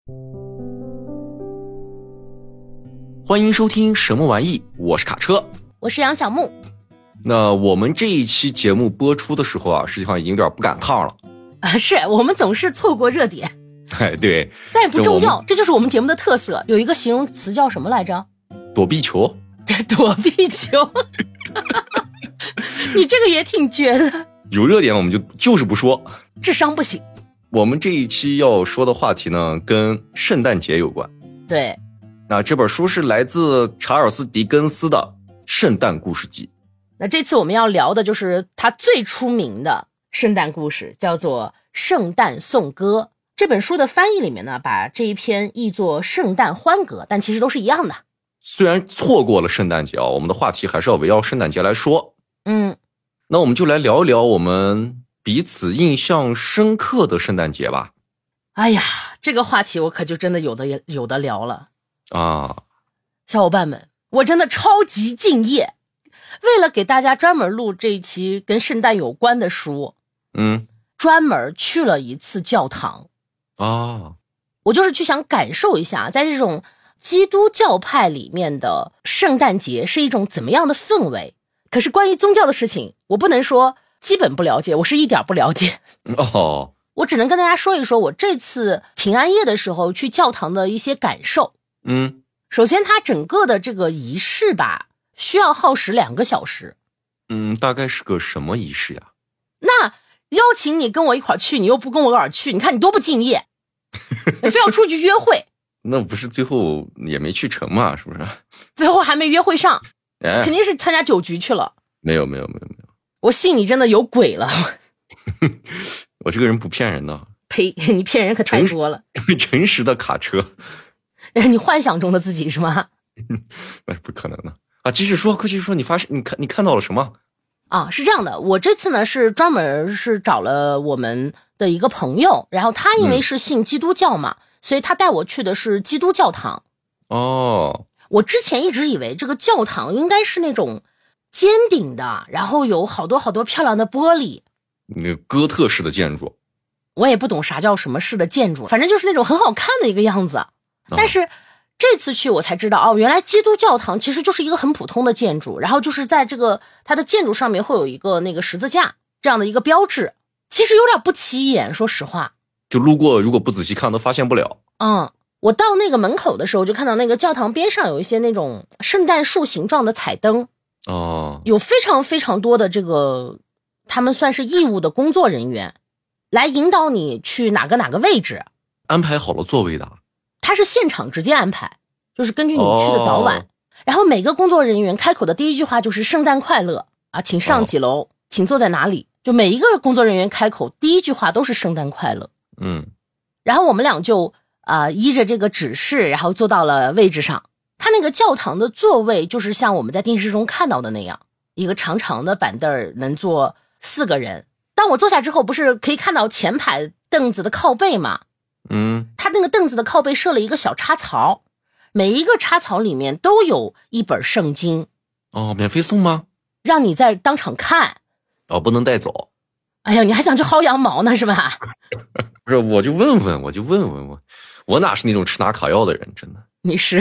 欢迎收听什么玩意，我是卡车， 我是杨小木。 那我们这一期节目播出的时候啊，实际上已经有点不赶趟了是我们总是错过热点。 对， 但也不重要，这就是我们节目的特色。有一个形容词叫什么来着？ 躲避球。 躲避球你这个也挺绝的。 有热点我们就是不说， 智商不行。 我们这一期要说的话题呢，跟圣诞节有关。 对， 那这本书是来自查尔斯·狄更斯的《圣诞故事集》。 那这次我们要聊的就是他最出名的圣诞故事，叫做《圣诞颂歌》。这本书的翻译里面呢，把这一篇译作圣诞欢歌，但其实都是一样的。 虽然错过了圣诞节啊，我们的话题还是要围绕圣诞节来说。那我们就来聊一聊我们彼此印象深刻的圣诞节吧。 哎呀，这个话题我可就真的有的聊了啊！ 小伙伴们，我真的超级敬业，为了给大家专门录这一期跟圣诞有关的书，专门去了一次教堂啊。 我就是去想感受一下，在这种基督教派里面的圣诞节是一种怎么样的氛围。可是关于宗教的事情，我不能说基本不了解，我是一点不了解。我只能跟大家说一说我这次平安夜的时候去教堂的一些感受。首先它整个的这个仪式吧，需要耗时2个小时。 大概是个什么仪式呀？ 那邀请你跟我一块儿去，你又不跟我一块儿去，你看你多不敬业你非要出去约会那不是最后也没去成嘛，是不是？ 最后还没约会上，肯定是参加酒局去了。 没有， 我信你真的有鬼了我这个人不骗人的。 呸，你骗人可太多了诚实的卡车你幻想中的自己是吗？ 不可能的啊！继续说，快继续说，你看到了什么啊？是这样的，我这次呢是专门是找了我们的一个朋友，然后他因为是信基督教嘛，所以他带我去的是基督教堂。我之前一直以为这个教堂应该是那种尖顶的，然后有好多好多漂亮的玻璃， 那个哥特式的建筑。 我也不懂啥叫什么式的建筑，反正就是那种很好看的一个样子。但是这次去我才知道，原来基督教堂其实就是一个很普通的建筑，然后就是在这个它的建筑上面会有一个那个十字架这样的一个标志，其实有点不起眼，说实话。 就路过如果不仔细看都发现不了。 我到那个门口的时候就看到那个教堂边上有一些那种圣诞树形状的彩灯。有非常非常多的这个他们算是义务的工作人员来引导你去哪个位置， 安排好了座位的。 他是现场直接安排，就是根据你去的早晚。然后每个工作人员开口的第一句话就是圣诞快乐啊，请上几楼，请坐在哪里，就每一个工作人员开口第一句话都是圣诞快乐。然后我们俩就依着这个指示，然后坐到了位置上。他那个教堂的座位就是像我们在电视中看到的那样，一个长长的板凳能坐4个人。当我坐下之后，不是可以看到前排凳子的靠背吗？他那个凳子的靠背设了一个小插槽，每一个插槽里面都有一本圣经。 免费送吗？ 让你在当场看。 不能带走。 哎呀，你还想去薅羊毛呢是吧？ 不是，我就问问我哪是那种吃拿卡要的人，真的。 你是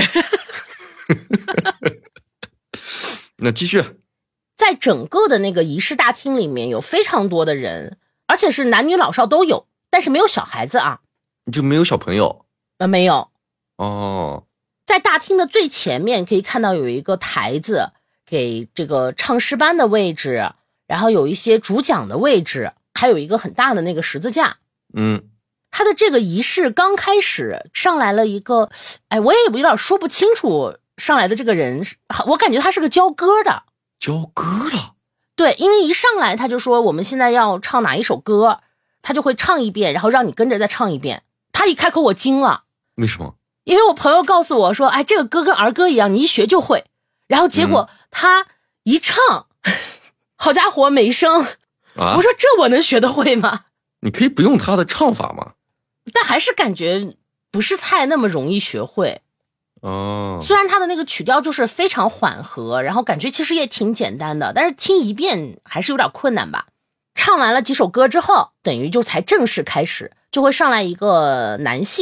那继续。 在整个的那个仪式大厅里面有非常多的人，而且是男女老少都有，但是没有小孩子啊。 就没有小朋友？ 没有。 在大厅的最前面可以看到有一个台子给这个唱诗班的位置，然后有一些主讲的位置，还有一个很大的那个十字架。他的这个仪式刚开始上来了一个，我也有点说不清楚上来的这个人，我感觉他是个教歌的。 教歌了？ 对，因为一上来他就说我们现在要唱哪一首歌，他就会唱一遍，然后让你跟着再唱一遍。他一开口我惊了。 为什么？因为我朋友告诉我说，这个歌跟儿歌一样，你一学就会。然后结果他一唱，好家伙，美声。我说这我能学得会吗？ 你可以不用他的唱法吗？ 但还是感觉不是太那么容易学会。虽然他的那个曲调就是非常缓和，然后感觉其实也挺简单的，但是听一遍还是有点困难吧。唱完了几首歌之后，等于就才正式开始，就会上来一个男性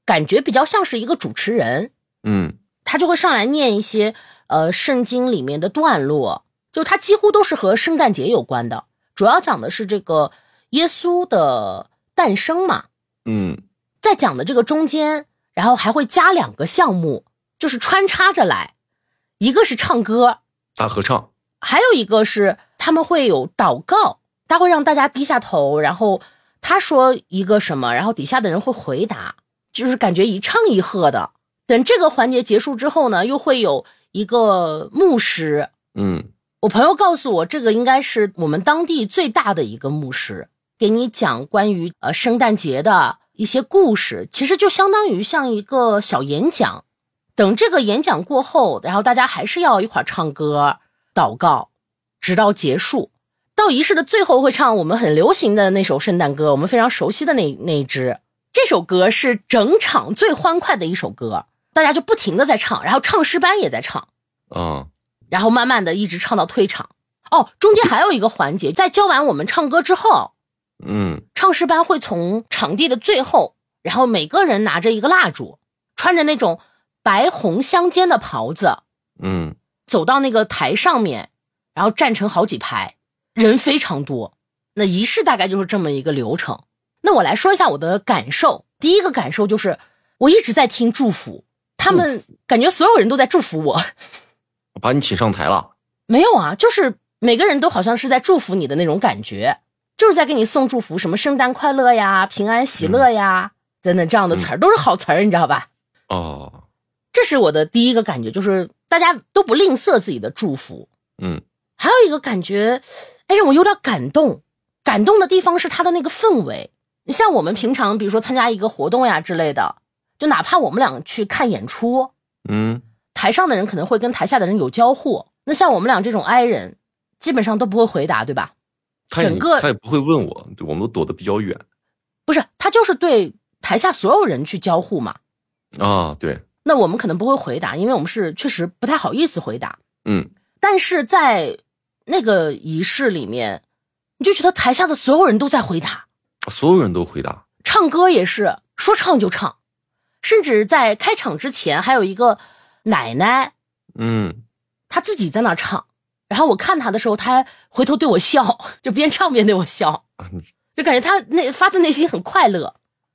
感觉比较像是一个主持人，他就会上来念一些圣经里面的段落，就他几乎都是和圣诞节有关的，主要讲的是这个耶稣的诞生嘛。在讲的这个中间，然后还会加2个项目，就是穿插着来，一个是唱歌， 大合唱， 还有一个是他们会有祷告，他会让大家低下头，然后他说一个什么，然后底下的人会回答，就是感觉一唱一和的。等这个环节结束之后呢，又会有一个牧师，我朋友告诉我，这个应该是我们当地最大的一个牧师，给你讲关于圣诞节的一些故事，其实就相当于像一个小演讲。等这个演讲过后，然后大家还是要一块唱歌祷告，直到结束。到仪式的最后会唱我们很流行的那首圣诞歌，我们非常熟悉的那一支。这首歌是整场最欢快的一首歌，大家就不停的在唱，然后唱诗班也在唱，然后慢慢的一直唱到退场。中间还有一个环节，在教完我们唱歌之后，唱诗班会从场地的最后，然后每个人拿着一个蜡烛，穿着那种白红相间的袍子，走到那个台上面，然后站成好几排，人非常多。那仪式大概就是这么一个流程。那我来说一下我的感受。第一个感受就是我一直在听祝福，他们感觉所有人都在祝福我。 把你请上台了？ 没有啊，就是每个人都好像是在祝福你的那种感觉，就是在给你送祝福，什么圣诞快乐呀，平安喜乐呀，等等这样的词儿，都是好词儿，你知道吧？这是我的第一个感觉，就是大家都不吝啬自己的祝福。还有一个感觉，让我有点感动。感动的地方是他的那个氛围。你像我们平常比如说参加一个活动呀之类的，就哪怕我们俩去看演出，台上的人可能会跟台下的人有交互，那像我们俩这种 I 人基本上都不会回答，对吧？ 他也不会问我，我们都躲得比较远。 不是，他就是对台下所有人去交互嘛。 对。 那我们可能不会回答，因为我们是确实不太好意思回答。但是在那个仪式里面，你就觉得台下的所有人都在回答， 所有人都回答， 唱歌也是说唱就唱，甚至在开场之前还有一个奶奶，她自己在那唱，然后我看她的时候，她还回头对我笑，就边唱边对我笑，就感觉她发自内心很快乐。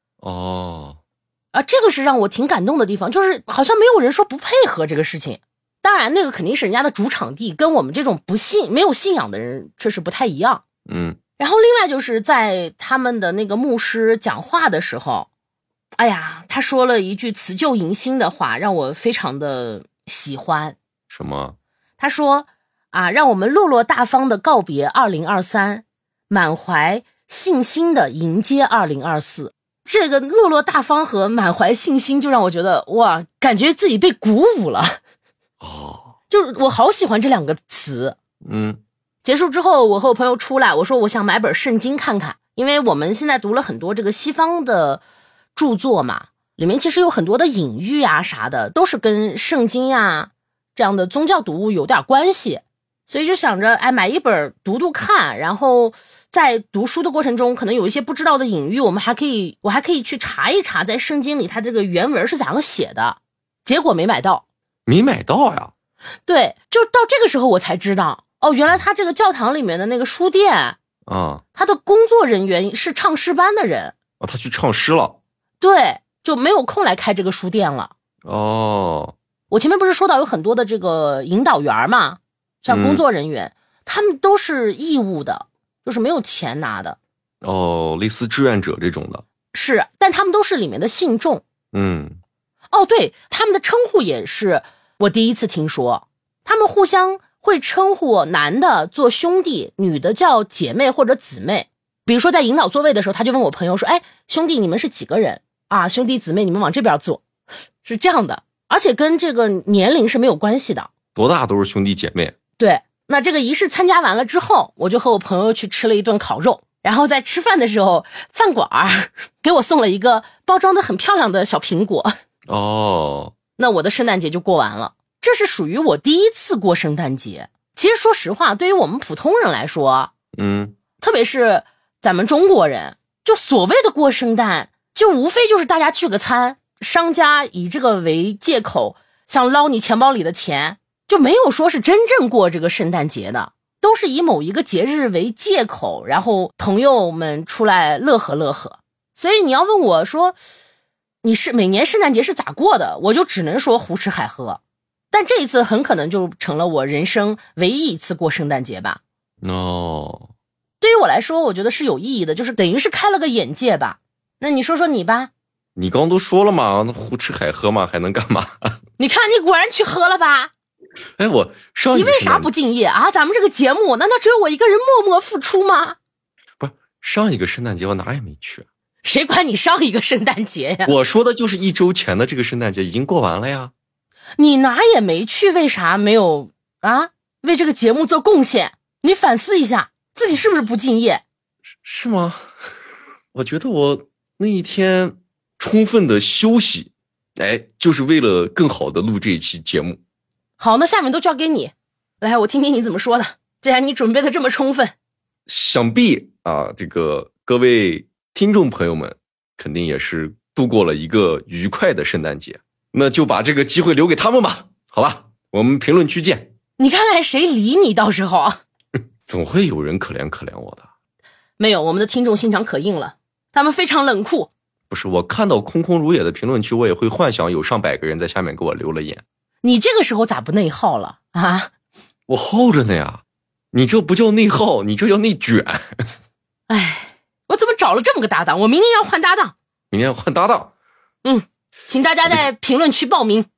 这个是让我挺感动的地方，就是好像没有人说不配合这个事情。当然那个肯定是人家的主场地，跟我们这种没有信仰的人确实不太一样。然后另外就是在他们的那个牧师讲话的时候，他说了一句辞旧迎新的话，让我非常的喜欢。 什么？ 他说让我们落落大方的告别2023，满怀信心的迎接2024。这个落落大方和满怀信心就让我觉得哇，感觉自己被鼓舞了。就是我好喜欢这2个词。结束之后，我和我朋友出来，我说我想买本圣经看看，因为我们现在读了很多这个西方的著作嘛，里面其实有很多的隐喻啊啥的，都是跟圣经啊这样的宗教读物有点关系，所以就想着买一本读读看，然后在读书的过程中可能有一些不知道的隐喻，我还可以去查一查在圣经里它这个原文是怎样写的。结果没买到。 没买到呀？ 对，就到这个时候我才知道，原来他这个教堂里面的那个书店他的工作人员是唱诗班的人。 他去唱诗了。 对，就没有空来开这个书店了。我前面不是说到有很多的这个引导员嘛，像工作人员，他们都是义务的，就是没有钱拿的。 类似志愿者这种的。 是，但他们都是里面的信众。对，他们的称呼也是我第一次听说，他们互相会称呼男的做兄弟，女的叫姐妹或者姊妹。比如说在引导座位的时候，他就问我朋友说，兄弟你们是几个人啊？兄弟姊妹你们往这边坐，是这样的，而且跟这个年龄是没有关系的， 多大都是兄弟姐妹。 对，那这个仪式参加完了之后，我就和我朋友去吃了一顿烤肉，然后在吃饭的时候，饭馆给我送了一个包装的很漂亮的小苹果。那我的圣诞节就过完了。这是属于我第一次过圣诞节。其实说实话，对于我们普通人来说，特别是咱们中国人，就所谓的过圣诞，就无非就是大家聚个餐， 商家以这个为借口，想捞你钱包里的钱，就没有说是真正过这个圣诞节的，都是以某一个节日为借口，然后朋友们出来乐呵乐呵。所以你要问我说你是每年圣诞节是咋过的，我就只能说胡吃海喝。但这一次很可能就成了我人生唯一一次过圣诞节吧。对于我来说，我觉得是有意义的，就是等于是开了个眼界吧。那你说说你吧。 你刚都说了嘛，胡吃海喝嘛，还能干嘛？ 你看你果然去喝了吧。 哎， 你为啥不敬业啊？咱们这个节目难道只有我一个人默默付出吗？ 不是，上一个圣诞节我哪也没去。 谁管你上一个圣诞节呀？ 我说的就是1周前的这个圣诞节已经过完了呀。 你哪也没去，为啥没有为这个节目做贡献？你反思一下自己是不是不敬业。 是吗？我觉得我那一天充分的休息，就是为了更好的录这一期节目。 好，那下面都交给你，来，我听听你怎么说的。既然你准备的这么充分， 想必这个各位听众朋友们肯定也是度过了一个愉快的圣诞节，那就把这个机会留给他们吧，好吧？我们评论区见。 你看看谁理你，到时候总会有人可怜可怜我的。 没有，我们的听众心肠可硬了，他们非常冷酷。 不是，我看到空空如也的评论区，我也会幻想有上百个人在下面给我留了言。 你这个时候咋不内耗了啊？ 我耗着呢呀，你这不叫内耗，你这叫内卷。 哎，我怎么找了这么个搭档？我明天要换搭档。 明天要换搭档？ 请大家在评论区报名。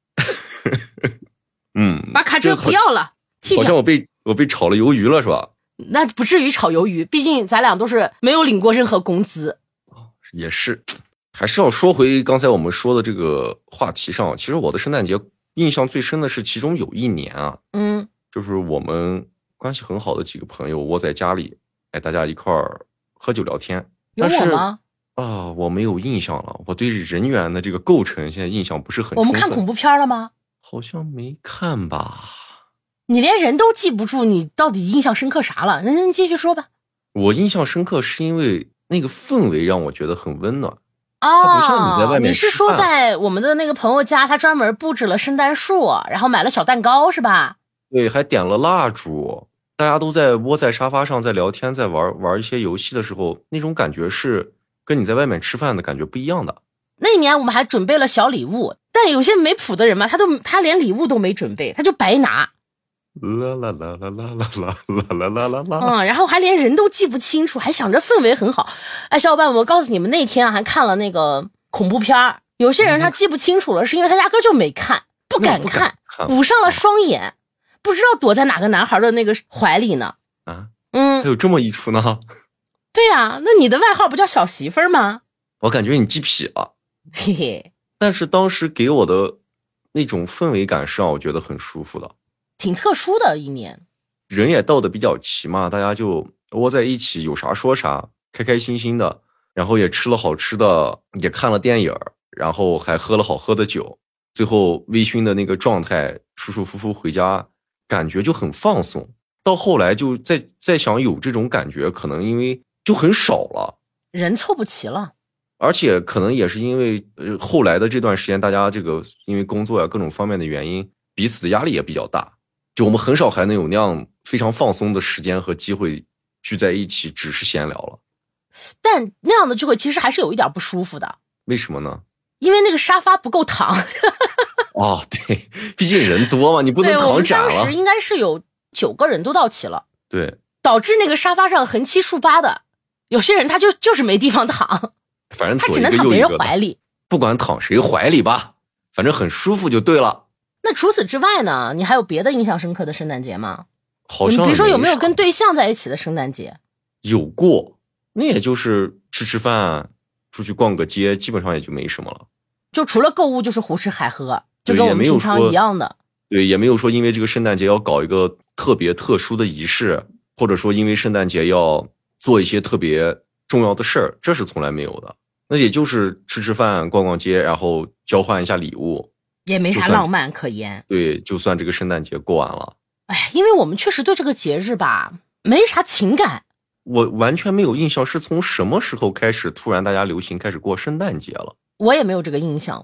把卡车不要了， 好像我被炒了鱿鱼了是吧？ 那不至于炒鱿鱼，毕竟咱俩都是没有领过任何工资。 也是，还是要说回刚才我们说的这个话题上。其实我的圣诞节印象最深的是其中有一年就是我们关系很好的几个朋友窝在家里，大家一块儿喝酒聊天。 有我吗？ 我没有印象了，我对人员的这个构成现在印象不是很充分。 我们看恐怖片了吗？ 好像没看吧。 你连人都记不住，你到底印象深刻啥了？那继续说吧。 我印象深刻是因为那个氛围让我觉得很温暖。它不像你在外面吃饭。 你是说在我们的那个朋友家，他专门布置了圣诞树，然后买了小蛋糕是吧？ 对，还点了蜡烛，大家都在窝在沙发上在聊天，在玩一些游戏的时候，那种感觉是跟你在外面吃饭的感觉不一样的。 那年我们还准备了小礼物，但有些没谱的人嘛，他连礼物都没准备，他就白拿。 啦啦啦啦啦啦啦啦啦啦啦。 然后还连人都记不清楚，还想着氛围很好。小伙伴们，我告诉你们，那天还看了那个恐怖片，有些人他记不清楚了，是因为他压根就没看，不敢看，捂上了双眼，不知道躲在哪个男孩的那个怀里呢。 还有这么一出呢？ 对呀，那你的外号不叫小媳妇儿吗？ 我感觉你记痞了。 嘿嘿。 但是当时给我的那种氛围感是让我觉得很舒服的。 挺特殊的一年， 人也到得比较齐嘛，大家就窝在一起，有啥说啥，开开心心的，然后也吃了好吃的，也看了电影，然后还喝了好喝的酒，最后微醺的那个状态，舒舒服服回家，感觉就很放松。到后来就再想有这种感觉，可能因为就很少了， 人凑不齐了， 而且可能也是因为后来的这段时间，大家这个因为工作各种方面的原因，彼此的压力也比较大。就我们很少还能有那样非常放松的时间和机会聚在一起只是闲聊了。 但那样的聚会其实还是有一点不舒服的。 为什么呢？ 因为那个沙发不够躺。 对，毕竟人多嘛，你不能躺窄了。 我们当时应该是有9个人都到齐了， 对， 导致那个沙发上横七竖八的，有些人他就是没地方躺， 反正他只能躺别人怀里， 不管躺谁怀里吧，反正很舒服就对了。 那除此之外呢？你还有别的印象深刻的圣诞节吗？ 好像比如说有没有跟对象在一起的圣诞节？ 有过，那也就是吃饭，出去逛个街，基本上也就没什么了。 就除了购物就是胡吃海喝，就跟我们平常一样的。 对，也没有说因为这个圣诞节要搞一个特别特殊的仪式，或者说因为圣诞节要做一些特别重要的事儿，这是从来没有的。那也就是吃饭，逛逛街，然后交换一下礼物。 也没啥浪漫可言。 对，就算这个圣诞节过完了。 因为我们确实对这个节日吧没啥情感。 我完全没有印象是从什么时候开始突然大家流行开始过圣诞节了。 我也没有这个印象。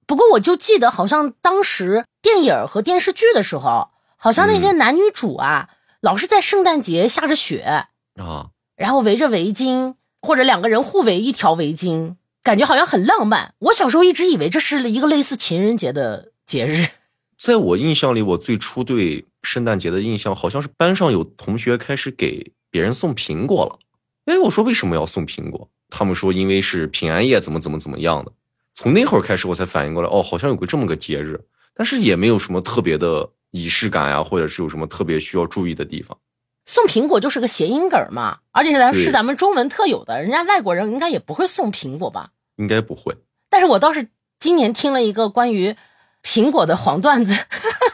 不过我就记得好像当时电影和电视剧的时候，好像那些男女主啊，老是在圣诞节下着雪啊， 然后围着围巾，或者两个人互围一条围巾，感觉好像很浪漫。我小时候一直以为这是一个类似情人节的节日。 在我印象里，我最初对圣诞节的印象好像是班上有同学开始给别人送苹果了。哎，我说为什么要送苹果？他们说因为是平安夜怎么样的。从那会儿开始我才反应过来，哦，好像有个这么个节日，但是也没有什么特别的仪式感呀，或者是有什么特别需要注意的地方。 送苹果就是个谐音梗嘛，而且是咱们中文特有的，人家外国人应该也不会送苹果吧？ 应该不会。 但是我倒是今年听了一个关于苹果的黄段子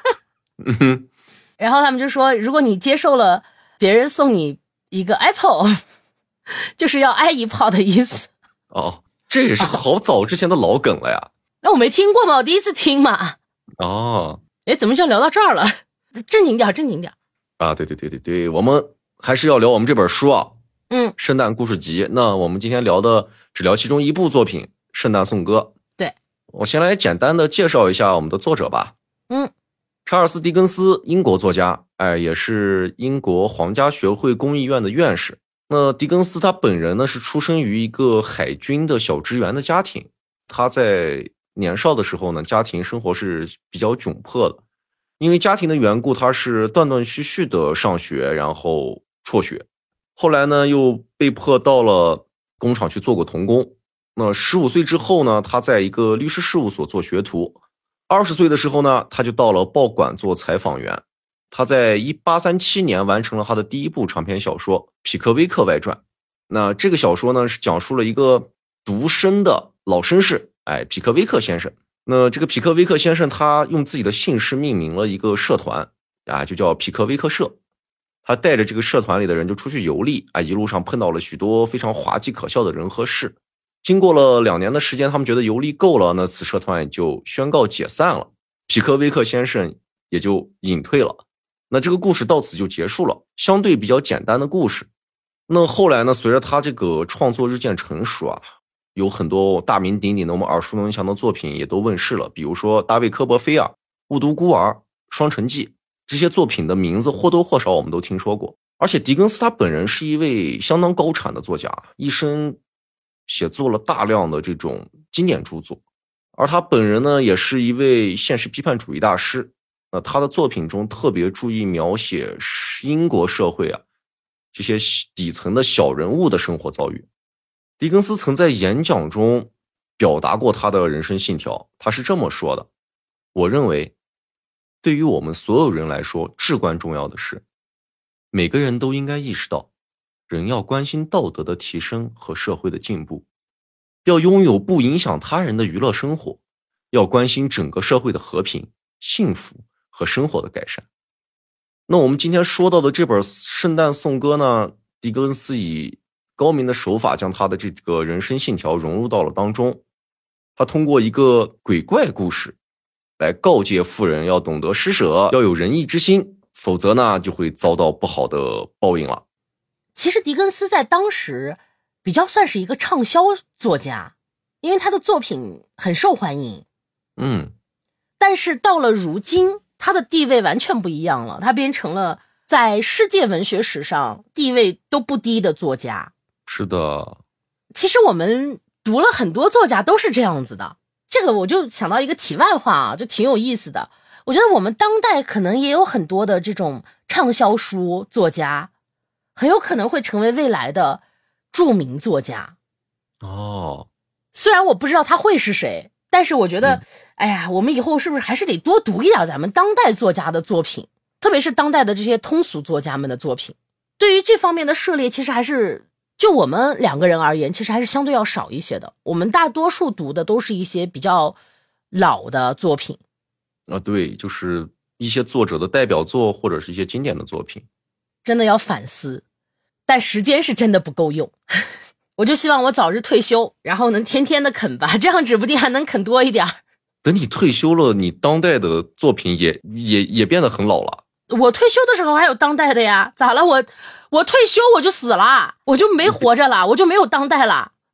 然后他们就说，如果你接受了别人送你一个 Apple 就是要挨一炮的意思。 哦，这也是好早之前的老梗了呀。 那我没听过吗？我第一次听嘛。 哦， 哎，怎么就聊到这儿了？正经点啊！对，我们还是要聊我们这本书啊。圣诞故事集。那我们今天只聊其中一部作品《圣诞颂歌》。 对， 我先来简单的介绍一下我们的作者吧。查尔斯·狄更斯，英国作家，也是英国皇家学会工艺院的院士。那狄更斯他本人呢，是出生于一个海军的小职员的家庭。他在年少的时候呢，家庭生活是比较窘迫的，因为家庭的缘故，他是断断续续的上学，然后辍学。后来呢，又被迫到了工厂去做过童工。那15岁之后呢，他在一个律师事务所做学徒。20岁的时候呢，他就到了报馆做采访员。他在1837年完成了他的第一部长篇小说《匹克威克外传》。那这个小说呢，是讲述了一个独身的老绅士，匹克威克先生。那这个匹克威克先生，他用自己的姓氏命名了一个社团，就叫匹克威克社。他带着这个社团里的人就出去游历，一路上碰到了许多非常滑稽可笑的人和事。经过了2年的时间，他们觉得游历够了，那此社团也就宣告解散了，匹克威克先生也就隐退了。那这个故事到此就结束了，相对比较简单的故事。那后来呢，随着他这个创作日渐成熟有很多大名鼎鼎的我们耳熟能详的作品也都问世了，比如说大卫科波菲尔、雾都孤儿、双城记，这些作品的名字或多或少我们都听说过。而且狄更斯他本人是一位相当高产的作家，一生写作了大量的这种经典著作。而他本人呢，也是一位现实批判主义大师。他的作品中特别注意描写英国社会这些底层的小人物的生活遭遇。狄更斯曾在演讲中表达过他的人生信条，他是这么说的：我认为对于我们所有人来说，至关重要的是每个人都应该意识到，人要关心道德的提升和社会的进步，要拥有不影响他人的娱乐生活，要关心整个社会的和平、幸福和生活的改善。那我们今天说到的这本《圣诞颂歌》呢，狄更斯以高明的手法将他的这个人生信条融入到了当中。他通过一个鬼怪故事来告诫富人要懂得施舍，要有仁义之心，否则呢就会遭到不好的报应了。 其实狄更斯在当时比较算是一个畅销作家，因为他的作品很受欢迎。但是到了如今，他的地位完全不一样了，他变成了在世界文学史上地位都不低的作家。 是的， 其实我们读了很多作家都是这样子的。这个我就想到一个题外话就挺有意思的。我觉得我们当代可能也有很多的这种畅销书作家，很有可能会成为未来的著名作家。虽然我不知道他会是谁，但是我觉得我们以后是不是还是得多读一点咱们当代作家的作品，特别是当代的这些通俗作家们的作品。对于这方面的涉猎，其实还是就我们2个人而言，其实还是相对要少一些的。我们大多数读的都是一些比较老的作品。 对，就是一些作者的代表作或者是一些经典的作品。 真的要反思，但时间是真的不够用。我就希望我早日退休，然后能天天的啃吧，这样指不定还能啃多一点。 等你退休了，你当代的作品也变得很老了。 我退休的时候还有当代的呀，咋了？我退休我就死了，我就没活着了，我就没有当代了。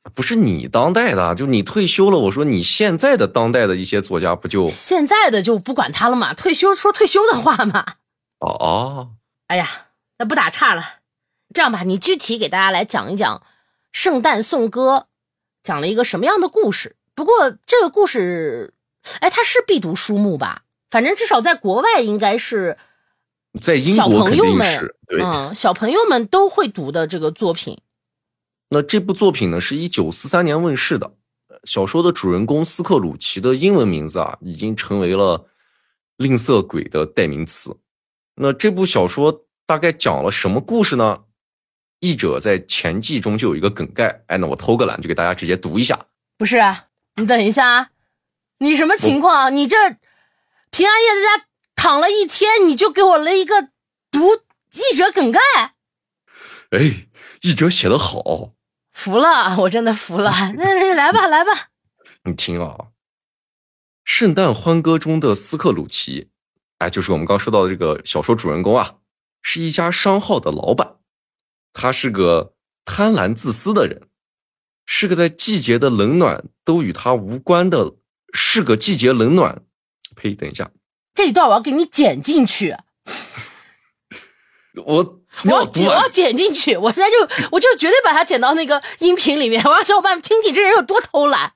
不是你当代的，就你退休了，我说你现在的当代的一些作家不就现在的就不管他了嘛，退休说退休的话嘛。 哦， 哎呀，那不打岔了。这样吧，你具体给大家来讲一讲圣诞颂歌讲了一个什么样的故事。不过这个故事它是必读书目吧，反正至少在国外应该是在英国肯定是对， 小朋友们都会读的这个作品。 那这部作品呢是1943年问世的，小说的主人公斯克鲁奇的英文名字啊已经成为了吝啬鬼的代名词。那这部小说大概讲了什么故事呢？译者在前记中就有一个梗概，那我偷个懒就给大家直接读一下。 不是啊，你等一下啊，你什么情况？你这平安夜在家躺了一天，你就给我了一个读译者梗概？ 译者写得好， 服了，我真的服了。那来吧，来吧。 你听啊，圣诞欢歌中的斯克鲁奇，就是我们刚说到的这个小说主人公啊，是一家商号的老板。他是个贪婪自私的人，是个在季节的冷暖都与他无关的，是个季节冷暖。呸，等一下， 这一段我要给你剪进去。 我要剪进去，我现在我就绝对把它剪到那个音频里面，我让小伙伴听听这人有多偷懒。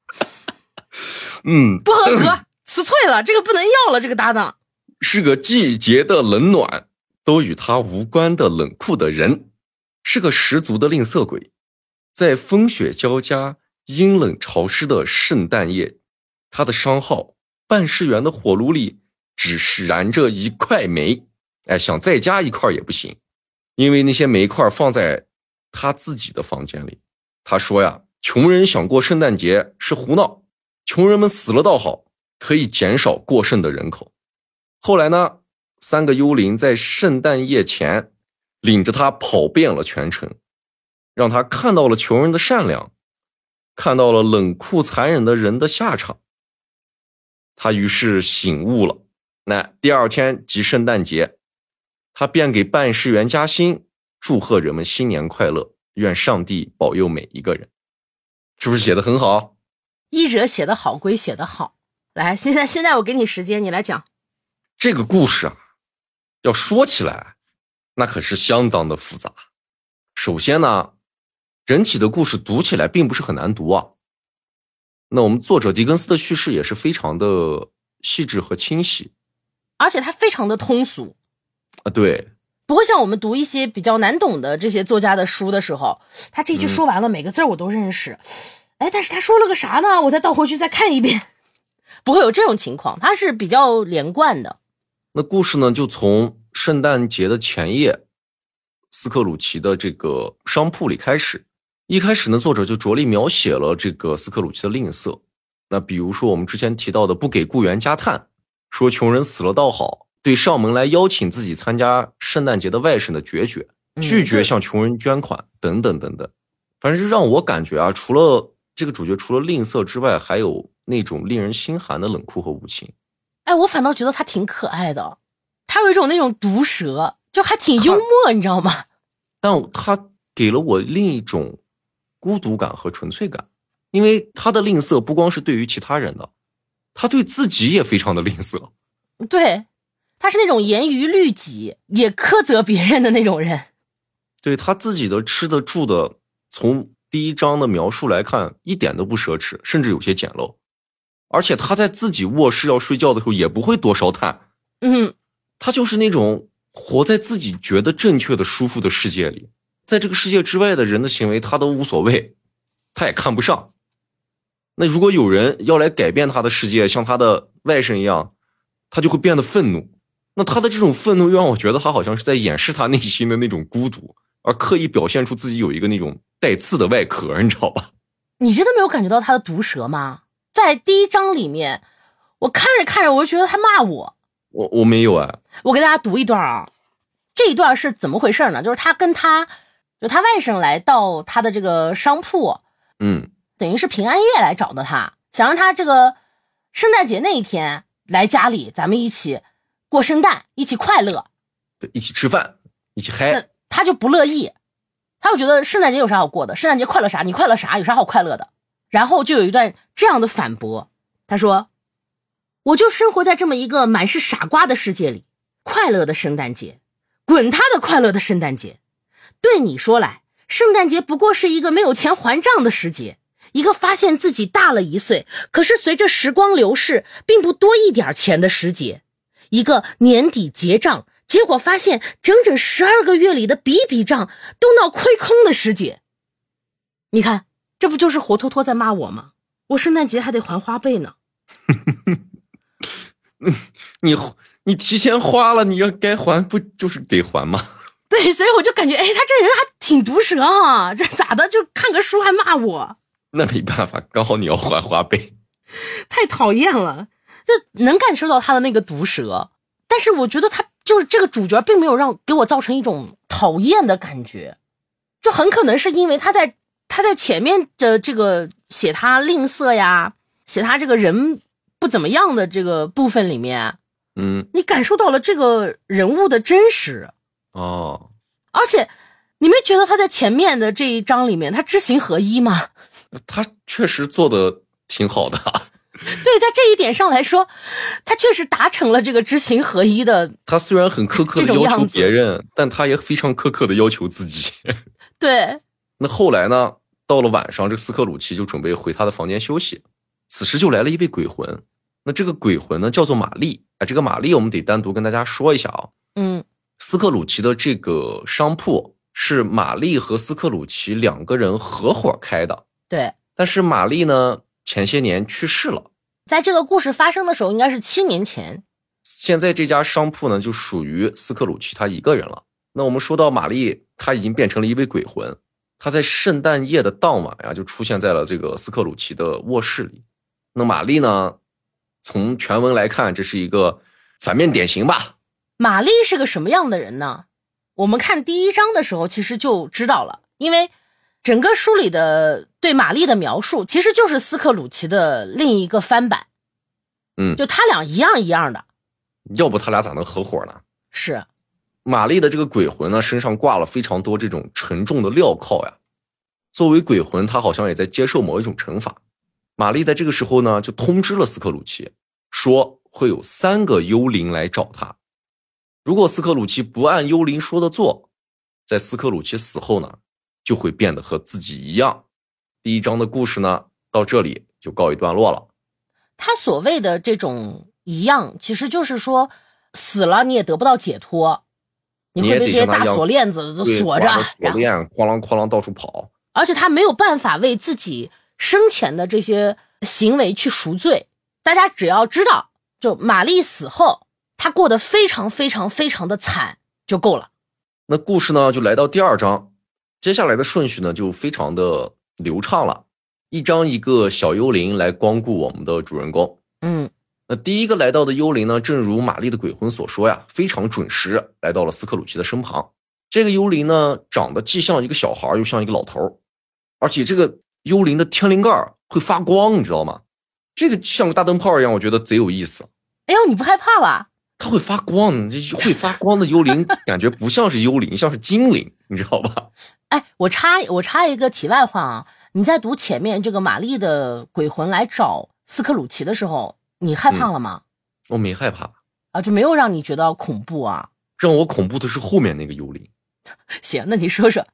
不合格，辞退了，这个不能要了，这个搭档。 是个季节的冷暖都与他无关的冷酷的人，是个十足的吝啬鬼。在风雪交加、阴冷潮湿的圣诞夜，他的商号办事员的火炉里只是燃着一块煤，想再加一块也不行，因为那些煤块放在他自己的房间里。他说呀，穷人想过圣诞节是胡闹，穷人们死了倒好，可以减少过剩的人口。后来呢，3个幽灵在圣诞夜前领着他跑遍了全城，让他看到了穷人的善良，看到了冷酷残忍的人的下场。他于是醒悟了，那第二天即圣诞节，他便给办事员加薪，祝贺人们新年快乐，愿上帝保佑每一个人。是不是写得很好？ 译者写得好归写得好，来，现在我给你时间，你来讲。 这个故事啊，要说起来那可是相当的复杂。首先呢，整体的故事读起来并不是很难读啊。那我们作者狄更斯的叙事也是非常的细致和清晰， 而且它非常的通俗对， 不会像我们读一些比较难懂的这些作家的书的时候，他这句说完了，每个字我都认识，但是他说了个啥呢？我再倒回去再看一遍，不会有这种情况，它是比较连贯的。 那故事呢，就从圣诞节的前夜，斯克鲁奇的这个商铺里开始。一开始呢，作者就着力描写了这个斯克鲁奇的吝啬。那比如说我们之前提到的不给雇员加炭，说穷人死了倒好，对上门来邀请自己参加圣诞节的外甥的决绝，拒绝向穷人捐款等等等等。反正让我感觉啊，除了这个主角除了吝啬之外，还有那种令人心寒的冷酷和无情。 我反倒觉得他挺可爱的，他有一种那种毒舌，就还挺幽默，你知道吗？ 但他给了我另一种孤独感和纯粹感，因为他的吝啬不光是对于其他人的，他对自己也非常的吝啬。 对，他是那种严于律己也苛责别人的那种人。 对，他自己的吃的住的，从第一章的描述来看一点都不奢侈，甚至有些简陋。而且他在自己卧室要睡觉的时候也不会多烧炭。他就是那种活在自己觉得正确的舒服的世界里，在这个世界之外的人的行为他都无所谓，他也看不上。那如果有人要来改变他的世界，像他的外甥一样，他就会变得愤怒。那他的这种愤怒又让我觉得他好像是在掩饰他内心的那种孤独，而刻意表现出自己有一个那种带刺的外壳，你知道吧？ 你真的没有感觉到他的毒舌吗？在第一章里面，我看着看着我就觉得他骂我没有我给大家读一段啊，这一段是怎么回事呢？就是他跟他外甥来到他的这个商铺，等于是平安夜来找的他，想让他这个圣诞节那一天来家里，咱们一起过圣诞，一起快乐， 对，一起吃饭，一起嗨。 他就不乐意， 他就觉得圣诞节有啥好过的，圣诞节快乐啥，你快乐啥，有啥好快乐的。然后就有一段这样的反驳，他说，我就生活在这么一个满是傻瓜的世界里，快乐的圣诞节，滚他的快乐的圣诞节。对你说来，圣诞节不过是一个没有钱还账的时节，一个发现自己大了1岁，可是随着时光流逝并不多一点钱的时节，一个年底结账，结果发现整整12个月里的笔笔账都闹亏空的时节。你看，这不就是活脱脱在骂我吗？我圣诞节还得还花呗呢。 你提前花了，你要该还不就是得还吗？ 对，所以我就感觉，他这人还挺毒舌啊，这咋的？就看个书还骂我？ 那没办法，刚好你要还花呗， 太讨厌了，就能感受到他的那个毒舌。但是我觉得他就是这个主角，并没有给我造成一种讨厌的感觉，就很可能是因为他在前面的这个写他吝啬呀，写他这个人不怎么样的这个部分里面，你感受到了这个人物的真实哦。 而且你没觉得他在前面的这一章里面他知行合一吗？ 他确实做的挺好的。 对，在这一点上来说，他确实达成了这个知行合一的。 他虽然很苛刻的要求别人，但他也非常苛刻的要求自己。 对。 那后来呢，到了晚上，这斯克鲁奇就准备回他的房间休息，此时就来了一位鬼魂。那这个鬼魂呢，叫做玛丽。这个玛丽我们得单独跟大家说一下啊。斯克鲁奇的这个商铺是玛丽和斯克鲁奇2个人合伙开的。 对。 但是玛丽呢，前些年去世了。 在这个故事发生的时候，应该是7年前。 现在这家商铺呢，就属于斯克鲁奇他一个人了。那我们说到玛丽，她已经变成了一位鬼魂。她在圣诞夜的当晚呀，就出现在了这个斯克鲁奇的卧室里。那玛丽呢，从全文来看，这是一个反面典型吧。 玛丽是个什么样的人呢？我们看第1章的时候其实就知道了，因为整个书里的对玛丽的描述其实就是斯克鲁奇的另一个翻版。就他俩一样一样的。 要不他俩咋能合伙呢？ 是。 玛丽的这个鬼魂呢，身上挂了非常多这种沉重的镣铐呀。作为鬼魂，他好像也在接受某一种惩罚。玛丽在这个时候呢，就通知了斯克鲁奇，说会有3个幽灵来找他。如果斯克鲁奇不按幽灵说的做，在斯克鲁奇死后呢，就会变得和自己一样。第1章的故事呢，到这里就告一段落了。 他所谓的这种一样，其实就是说死了你也得不到解脱，你会被这些大锁链子都锁着， 锁链哐啷哐啷到处跑， 而且他没有办法为自己生前的这些行为去赎罪。大家只要知道，就玛丽死后他过得非常非常非常的惨就够了。 那故事呢就来到第2章，接下来的顺序呢就非常的流畅了，一章一个小幽灵来光顾我们的主人公。那第一个来到的幽灵呢，正如玛丽的鬼魂所说呀，非常准时来到了斯克鲁奇的身旁。这个幽灵呢，长得既像一个小孩又像一个老头，而且这个幽灵的天灵盖会发光，你知道吗？这个像个大灯泡一样，我觉得贼有意思。 哎呦，你不害怕吧？ 它会发光，这会发光的幽灵感觉不像是幽灵，像是精灵，你知道吧？ 哎，我插一个题外话啊，你在读前面这个玛丽的鬼魂来找斯克鲁奇的时候，你害怕了吗？ 我没害怕啊，就没有让你觉得恐怖啊？ 让我恐怖的是后面那个幽灵。 行，那你说说。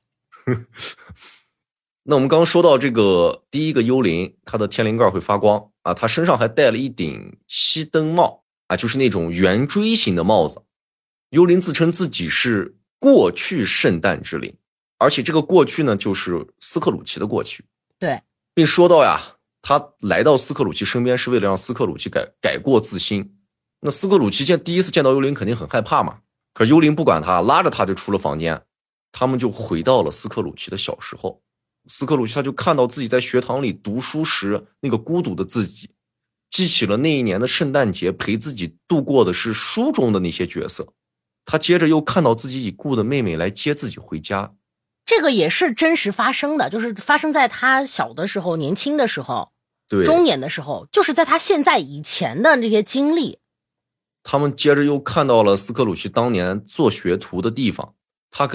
那我们刚刚说到这个第一个幽灵，它的天灵盖会发光啊，它身上还戴了一顶熄灯帽啊，就是那种圆锥形的帽子。幽灵自称自己是过去圣诞之灵，而且这个过去呢，就是斯克鲁奇的过去。 对， 并说到呀，他来到斯克鲁奇身边是为了让斯克鲁奇改过自新。那斯克鲁奇第一次见到幽灵肯定很害怕嘛，可幽灵不管他，拉着他就出了房间。他们就回到了斯克鲁奇的小时候。斯克鲁奇他就看到自己在学堂里读书时那个孤独的自己，记起了那一年的圣诞节陪自己度过的是书中的那些角色。他接着又看到自己已故的妹妹来接自己回家。 这个也是真实发生的，就是发生在他小的时候、年轻的时候、 对， 中年的时候，就是在他现在以前的这些经历。 他们接着又看到了斯克鲁奇当年做学徒的地方，他跟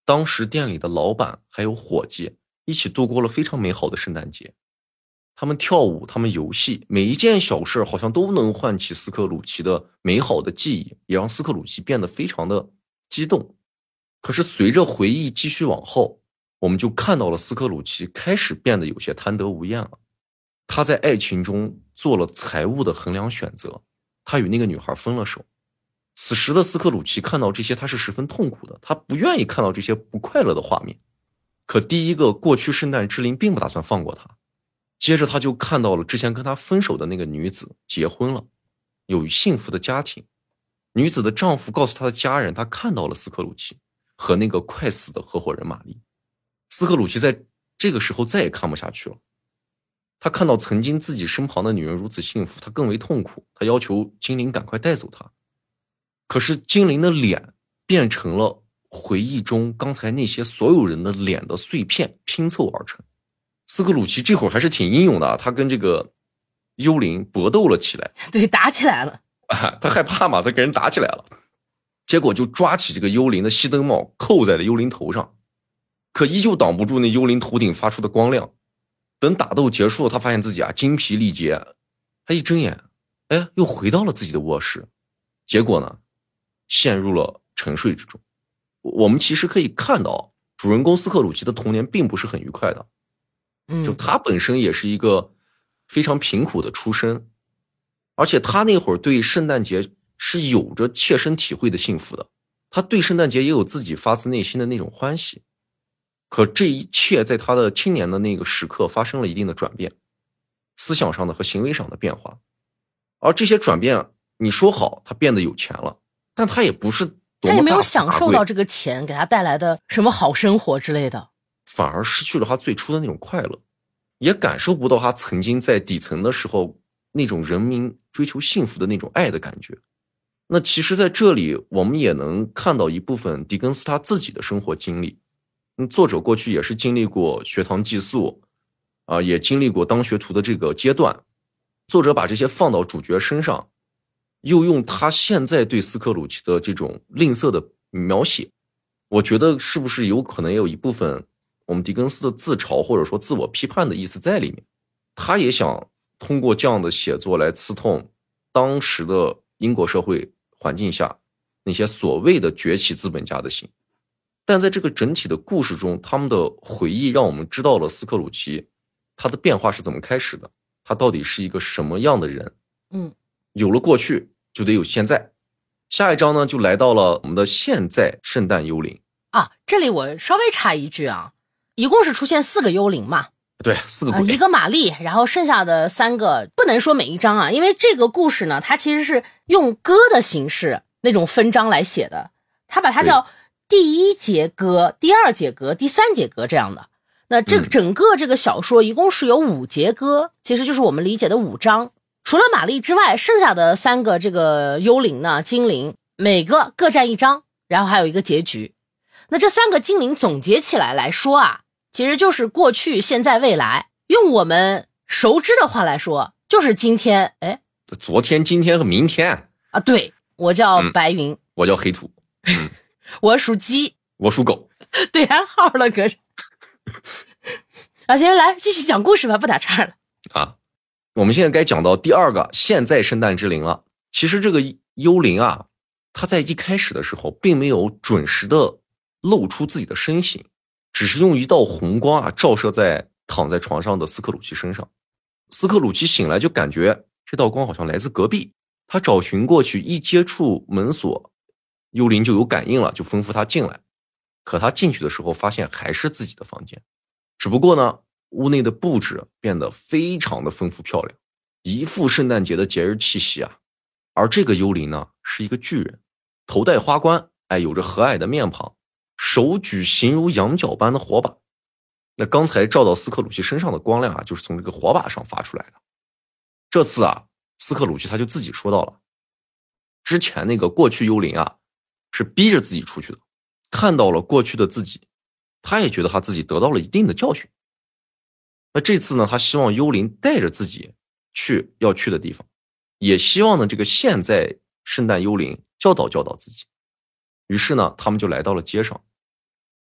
当时店里的老板还有伙计一起度过了非常美好的圣诞节。他们跳舞，他们游戏，每一件小事好像都能唤起斯克鲁奇的美好的记忆，也让斯克鲁奇变得非常的激动。可是随着回忆继续往后，我们就看到了斯克鲁奇开始变得有些贪得无厌了。他在爱情中做了财务的衡量选择，他与那个女孩分了手。此时的斯克鲁奇看到这些，他是十分痛苦的，他不愿意看到这些不快乐的画面。可第一个过去圣诞之灵并不打算放过他，接着他就看到了之前跟他分手的那个女子结婚了，有幸福的家庭。女子的丈夫告诉他的家人，他看到了斯克鲁奇和那个快死的合伙人玛丽。斯克鲁奇在这个时候再也看不下去了，他看到曾经自己身旁的女人如此幸福，他更为痛苦，他要求精灵赶快带走他。可是精灵的脸变成了回忆中刚才那些所有人的脸的碎片拼凑而成。斯克鲁奇这会儿还是挺英勇的，他跟这个幽灵搏斗了起来。 对，打起来了。 他害怕嘛，他跟人打起来了，结果就抓起这个幽灵的熄灯帽扣在了幽灵头上，可依旧挡不住那幽灵头顶发出的光亮。等打斗结束，他发现自己精疲力竭，他一睁眼，又回到了自己的卧室，结果呢，陷入了沉睡之中。我们其实可以看到，主人公斯克鲁奇的童年并不是很愉快的，就他本身也是一个非常贫苦的出身，而且他那会儿对圣诞节是有着切身体会的幸福的，他对圣诞节也有自己发自内心的那种欢喜。可这一切在他的青年的那个时刻发生了一定的转变，思想上的和行为上的变化。而这些转变，你说好他变得有钱了，但他也不是多么大富大贵， 他也没有享受到这个钱给他带来的什么好生活之类的， 反而失去了他最初的那种快乐，也感受不到他曾经在底层的时候那种人民追求幸福的那种爱的感觉。那其实在这里我们也能看到一部分狄更斯他自己的生活经历。作者过去也是经历过学堂寄宿，也经历过当学徒的这个阶段。作者把这些放到主角身上，又用他现在对斯克鲁奇的这种吝啬的描写，我觉得是不是有可能也有一部分我们狄更斯的自嘲或者说自我批判的意思在里面。他也想通过这样的写作来刺痛当时的英国社会环境下那些所谓的崛起资本家的心。但在这个整体的故事中，他们的回忆让我们知道了斯克鲁奇他的变化是怎么开始的，他到底是一个什么样的人。有了过去就得有现在。下一章呢，就来到了我们的现在圣诞幽灵这里我稍微插一句一共是出现4个幽灵嘛， 对，4个鬼， 一个玛丽，然后剩下的3个不能说每一章因为这个故事呢，它其实是用歌的形式那种分章来写的，它把它叫第1节歌、第2节歌、第3节歌这样的。那这个整个这个小说一共是有5节歌，其实就是我们理解的5章。除了玛丽之外，剩下的3个这个幽灵呢，精灵，每个各占1章，然后还有一个结局。那这3个精灵总结起来来说其实就是过去、现在、未来。用我们熟知的话来说，就是今天， 昨天、今天和明天对，我叫白云， 我叫黑土， 我属鸡， 我属狗， 对暗号了，可是。行，来继续讲故事吧，不打岔了我们现在该讲到第2个现在圣诞之灵了。其实这个幽灵他在一开始的时候并没有准时的露出自己的身形，只是用一道红光照射在躺在床上的斯克鲁奇身上。斯克鲁奇醒来就感觉这道光好像来自隔壁，他找寻过去，一接触门锁，幽灵就有感应了，就吩咐他进来。可他进去的时候发现还是自己的房间，只不过呢，屋内的布置变得非常的丰富漂亮，一副圣诞节的节日气息而这个幽灵呢，是一个巨人，头戴花冠，有着和蔼的面庞，手举形如羊角般的火把。那刚才照到斯克鲁奇身上的光亮就是从这个火把上发出来的。这次斯克鲁奇他就自己说到了，之前那个过去幽灵是逼着自己出去的，看到了过去的自己，他也觉得他自己得到了一定的教训。那这次呢，他希望幽灵带着自己去要去的地方，也希望呢这个现在圣诞幽灵教导教导自己。于是呢，他们就来到了街上。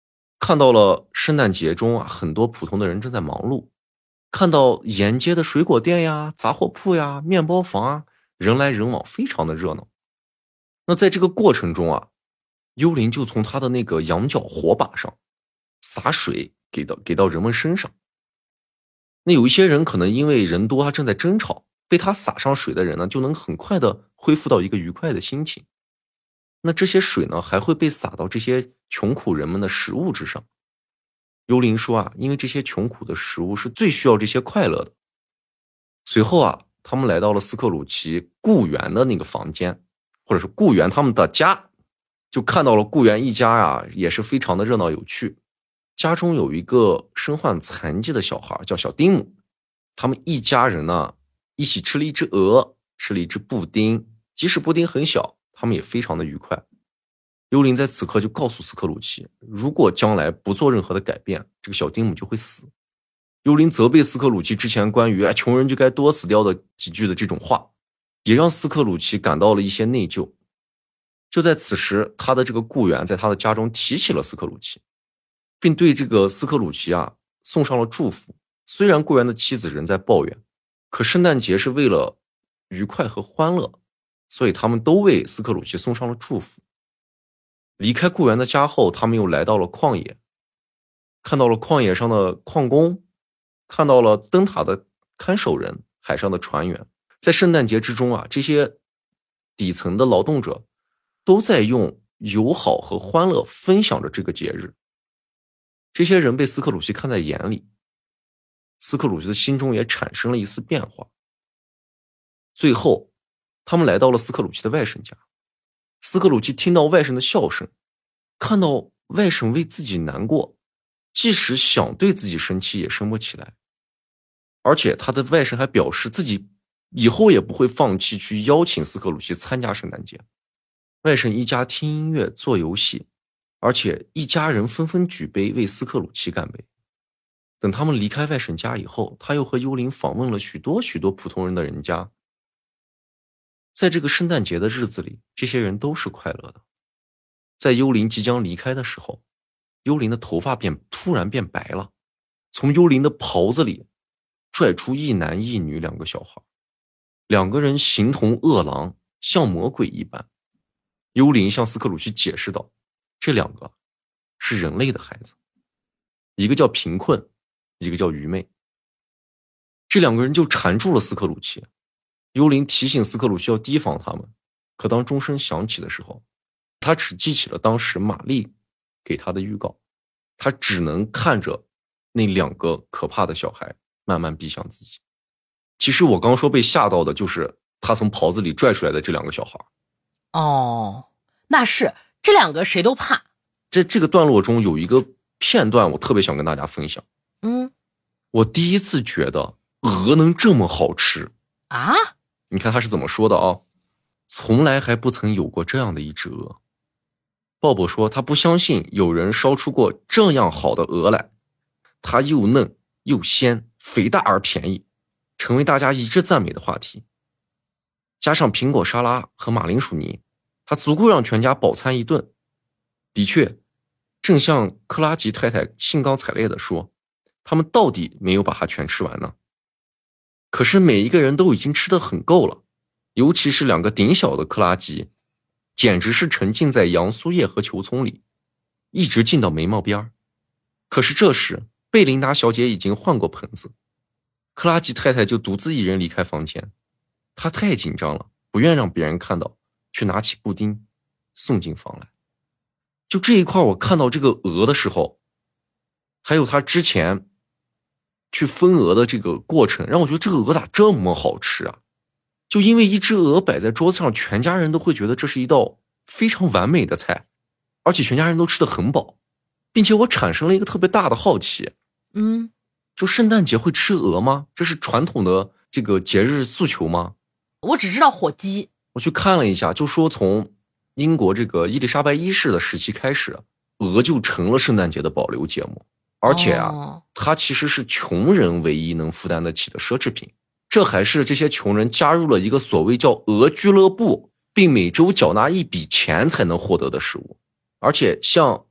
看到了圣诞节中啊，很多普通的人正在忙碌，看到沿街的水果店呀、杂货铺呀、面包房啊，人来人往，非常的热闹。那在这个过程中啊，幽灵就从他的那个羊角火把上洒水给到人们身上。那有一些人可能因为人多，他正在争吵，被他洒上水的人呢，就能很快的恢复到一个愉快的心情。那这些水呢，还会被洒到这些穷苦人们的食物之上。幽灵说啊，因为这些穷苦的食物是最需要这些快乐的。随后啊，他们来到了斯克鲁奇雇员的那个房间，或者是雇员他们的家，就看到了雇员一家啊，也是非常的热闹有趣。家中有一个身患残疾的小孩，叫小丁姆。他们一家人呢，一起吃了一只鹅，吃了一只布丁，即使布丁很小，他们也非常的愉快。幽灵在此刻就告诉斯克鲁奇，如果将来不做任何的改变，这个小丁姆就会死。幽灵责备斯克鲁奇之前关于穷人就该多死掉的几句的这种话，也让斯克鲁奇感到了一些内疚。就在此时，他的这个雇员在他的家中提起了斯克鲁奇，并对这个斯克鲁奇啊送上了祝福。虽然雇员的妻子仍在抱怨，可圣诞节是为了愉快和欢乐，所以他们都为斯克鲁奇送上了祝福。离开雇员的家后，他们又来到了旷野，看到了旷野上的矿工，看到了灯塔的看守人，海上的船员。在圣诞节之中啊，这些底层的劳动者都在用友好和欢乐分享着这个节日。这些人被斯克鲁奇看在眼里，斯克鲁奇的心中也产生了一丝变化。最后他们来到了斯克鲁奇的外甥家。斯克鲁奇听到外甥的笑声，看到外甥为自己难过，即使想对自己生气也生不起来。而且他的外甥还表示自己以后也不会放弃去邀请斯克鲁奇参加圣诞节。外甥一家听音乐做游戏，而且一家人纷纷举杯为斯克鲁奇干杯。等他们离开外甥家以后，他又和幽灵访问了许多普通人的人家。在这个圣诞节的日子里，这些人都是快乐的。在幽灵即将离开的时候，幽灵的头发突然变白了，从幽灵的袍子里拽出一男一女两个小孩，两个人形同恶狼，像魔鬼一般。幽灵向斯克鲁奇解释道，这两个是人类的孩子，一个叫贫困，一个叫愚昧。这两个人就缠住了斯克鲁奇。幽灵提醒斯克鲁奇要提防他们，可当钟声响起的时候，他只记起了当时玛丽给他的预告，他只能看着那两个可怕的小孩慢慢逼向自己。其实我刚说被吓到的就是他从袍子里拽出来的这两个小孩。 哦，那是这两个谁都怕。 这个段落中有一个片段我特别想跟大家分享。我第一次觉得鹅能这么好吃啊！ 你看他是怎么说的啊？从来还不曾有过这样的一只鹅。鲍勃说他不相信有人烧出过这样好的鹅来，它又嫩又鲜，肥大而便宜，成为大家一致赞美的话题。加上苹果沙拉和马铃薯泥，它足够让全家饱餐一顿。的确，正像克拉吉太太兴高采烈地说，他们到底没有把它全吃完呢。可是每一个人都已经吃得很够了，尤其是两个顶小的克拉吉，简直是沉浸在杨苏叶和球葱里，一直进到眉毛边。可是这时贝琳达小姐已经换过盆子，克拉吉太太就独自一人离开房间。她太紧张了，不愿让别人看到，去拿起布丁送进房来。就这一块我看到这个鹅的时候，还有她之前去分鹅的这个过程，让我觉得这个鹅咋这么好吃啊。就因为一只鹅摆在桌子上，全家人都会觉得这是一道非常完美的菜，而且全家人都吃得很饱，并且我产生了一个特别大的好奇。就圣诞节会吃鹅吗？这是传统的这个节日诉求吗？ 我只知道火鸡。 我去看了一下，就说从英国这个伊丽莎白一世的时期开始，鹅就成了圣诞节的保留节目。而且啊，它其实是穷人唯一能负担得起的奢侈品。这还是这些穷人加入了一个所谓叫鹅俱乐部，并每周缴纳一笔钱才能获得的食物。而且像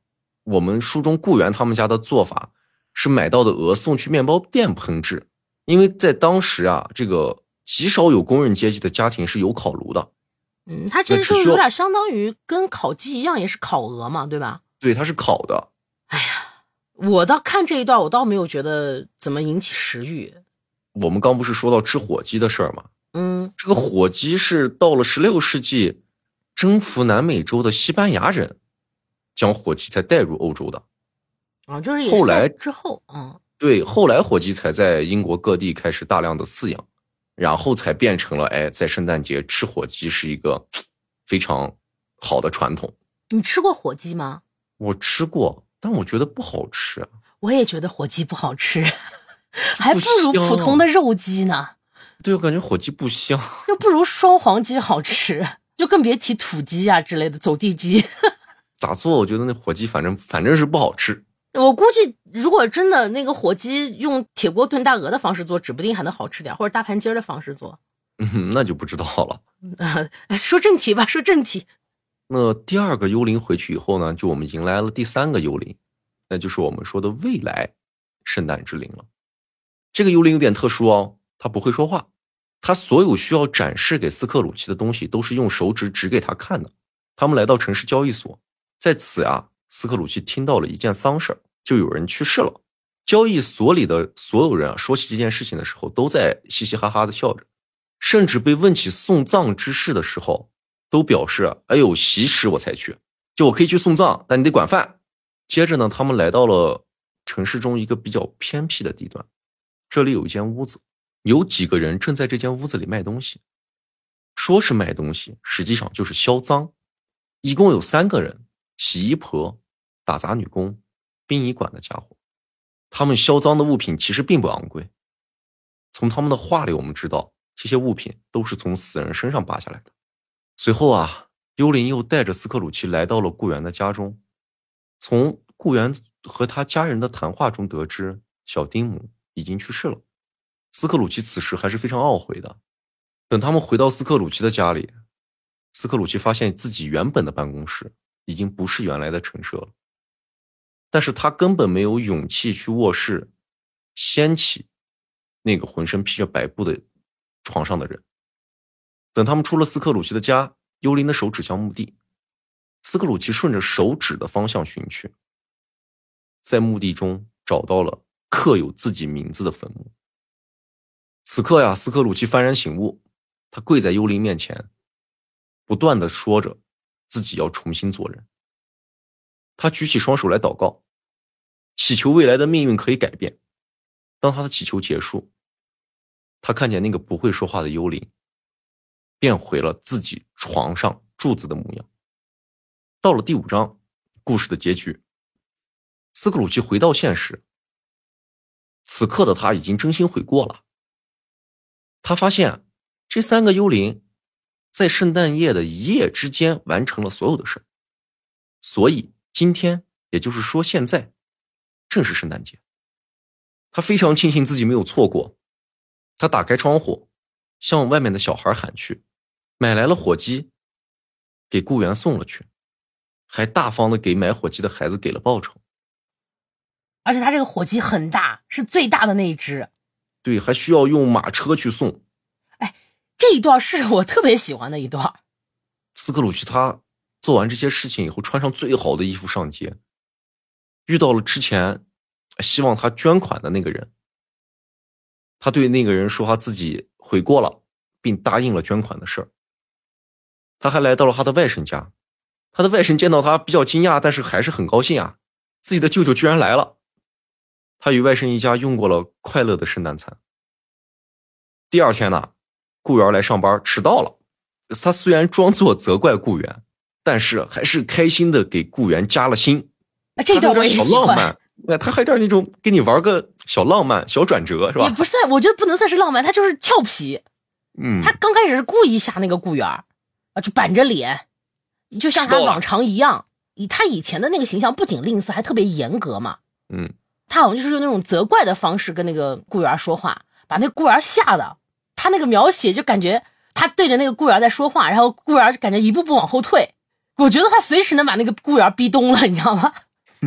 我们书中顾源他们家的做法是买到的鹅送去面包店烹制，因为在当时啊，这个极少有工人阶级的家庭是有烤炉的。 它其实就有点相当于跟烤鸡一样，也是烤鹅嘛，对吧？ 对，它是烤的。 哎呀，我倒看这一段，我倒没有觉得怎么引起食欲。 我们刚不是说到吃火鸡的事儿吗？这个火鸡是到了16世纪征服南美洲的西班牙人将火鸡才带入欧洲的。 就是后来之后， 对，后来火鸡才在英国各地开始大量的饲养，然后才变成了在圣诞节吃火鸡是一个非常好的传统。 你吃过火鸡吗？ 我吃过，但我觉得不好吃。 我也觉得火鸡不好吃，还不如普通的肉鸡呢。 对，我感觉火鸡不香， 又不如双黄鸡好吃，就更别提土鸡啊之类的走地鸡。 咋做？我觉得那火鸡反正是不好吃。 我估计如果真的那个火鸡用铁锅炖大鹅的方式做，指不定还能好吃点，或者大盘鸡的方式做。 那就不知道了。 说正题吧，说正题。 那第2个幽灵回去以后呢，就我们迎来了第3个幽灵，那就是我们说的未来圣诞之灵了。这个幽灵有点特殊哦，他不会说话，他所有需要展示给斯克鲁奇的东西都是用手指指给他看的。他们来到城市交易所，在此啊，斯克鲁奇听到了一件丧事，就有人去世了。交易所里的所有人啊，说起这件事情的时候都在嘻嘻哈哈的笑着，甚至被问起送葬之事的时候都表示哎呦喜事我才去，就我可以去送葬，但你得管饭。接着呢，他们来到了城市中一个比较偏僻的地段，这里有一间屋子，有几个人正在这间屋子里卖东西。说是卖东西，实际上就是销赃。一共有3个人，洗衣婆、打杂女工、殡仪馆的家伙。他们销赃的物品其实并不昂贵，从他们的话里我们知道这些物品都是从死人身上扒下来的。随后啊，幽灵又带着斯克鲁奇来到了顾源的家中。从顾源和他家人的谈话中得知，小丁姆已经去世了。斯克鲁奇此时还是非常懊悔的。等他们回到斯克鲁奇的家里，斯克鲁奇发现自己原本的办公室已经不是原来的陈设了，但是他根本没有勇气去卧室掀起那个浑身披着白布的床上的人。等他们出了斯克鲁奇的家，幽灵的手指向墓地，斯克鲁奇顺着手指的方向寻去，在墓地中找到了刻有自己名字的坟墓。此刻呀，斯克鲁奇幡然醒悟，他跪在幽灵面前，不断地说着自己要重新做人。他举起双手来祷告，祈求未来的命运可以改变。当他的祈求结束，他看见那个不会说话的幽灵变回了自己床上柱子的模样。到了第5章，故事的结局，斯克鲁奇回到现实，此刻的他已经真心悔过了。他发现这3个幽灵在圣诞夜的一夜之间完成了所有的事，所以今天，也就是说现在，正是圣诞节。他非常庆幸自己没有错过，他打开窗户，向外面的小孩喊去，买来了火鸡，给顾源送了去，还大方的给买火鸡的孩子给了报酬。 而且他这个火鸡很大，是最大的那一只。 对，还需要用马车去送。 这一段是我特别喜欢的一段。 斯克鲁奇他做完这些事情以后，穿上最好的衣服上街，遇到了之前希望他捐款的那个人。他对那个人说他自己悔过了，并答应了捐款的事儿。他还来到了他的外甥家，他的外甥见到他比较惊讶，但是还是很高兴啊，自己的舅舅居然来了。他与外甥一家用过了快乐的圣诞餐。第2天呢，顾源来上班迟到了，他虽然装作责怪顾源，但是还是开心的给顾源加了薪。 这段我也喜欢。 他还有点那种给你玩个小浪漫小转折，是吧？ 也不算，我觉得不能算是浪漫，他就是俏皮。他刚开始是故意吓那个顾源啊，就板着脸，就像他往常一样。他以前的那个形象不仅吝啬，还特别严格嘛。他好像就是用那种责怪的方式跟那个顾源说话，把那个顾源吓的。他那个描写就感觉他对着那个顾源在说话，然后顾源感觉一步步往后退。我觉得他随时能把那个顾源逼咚了，你知道吗？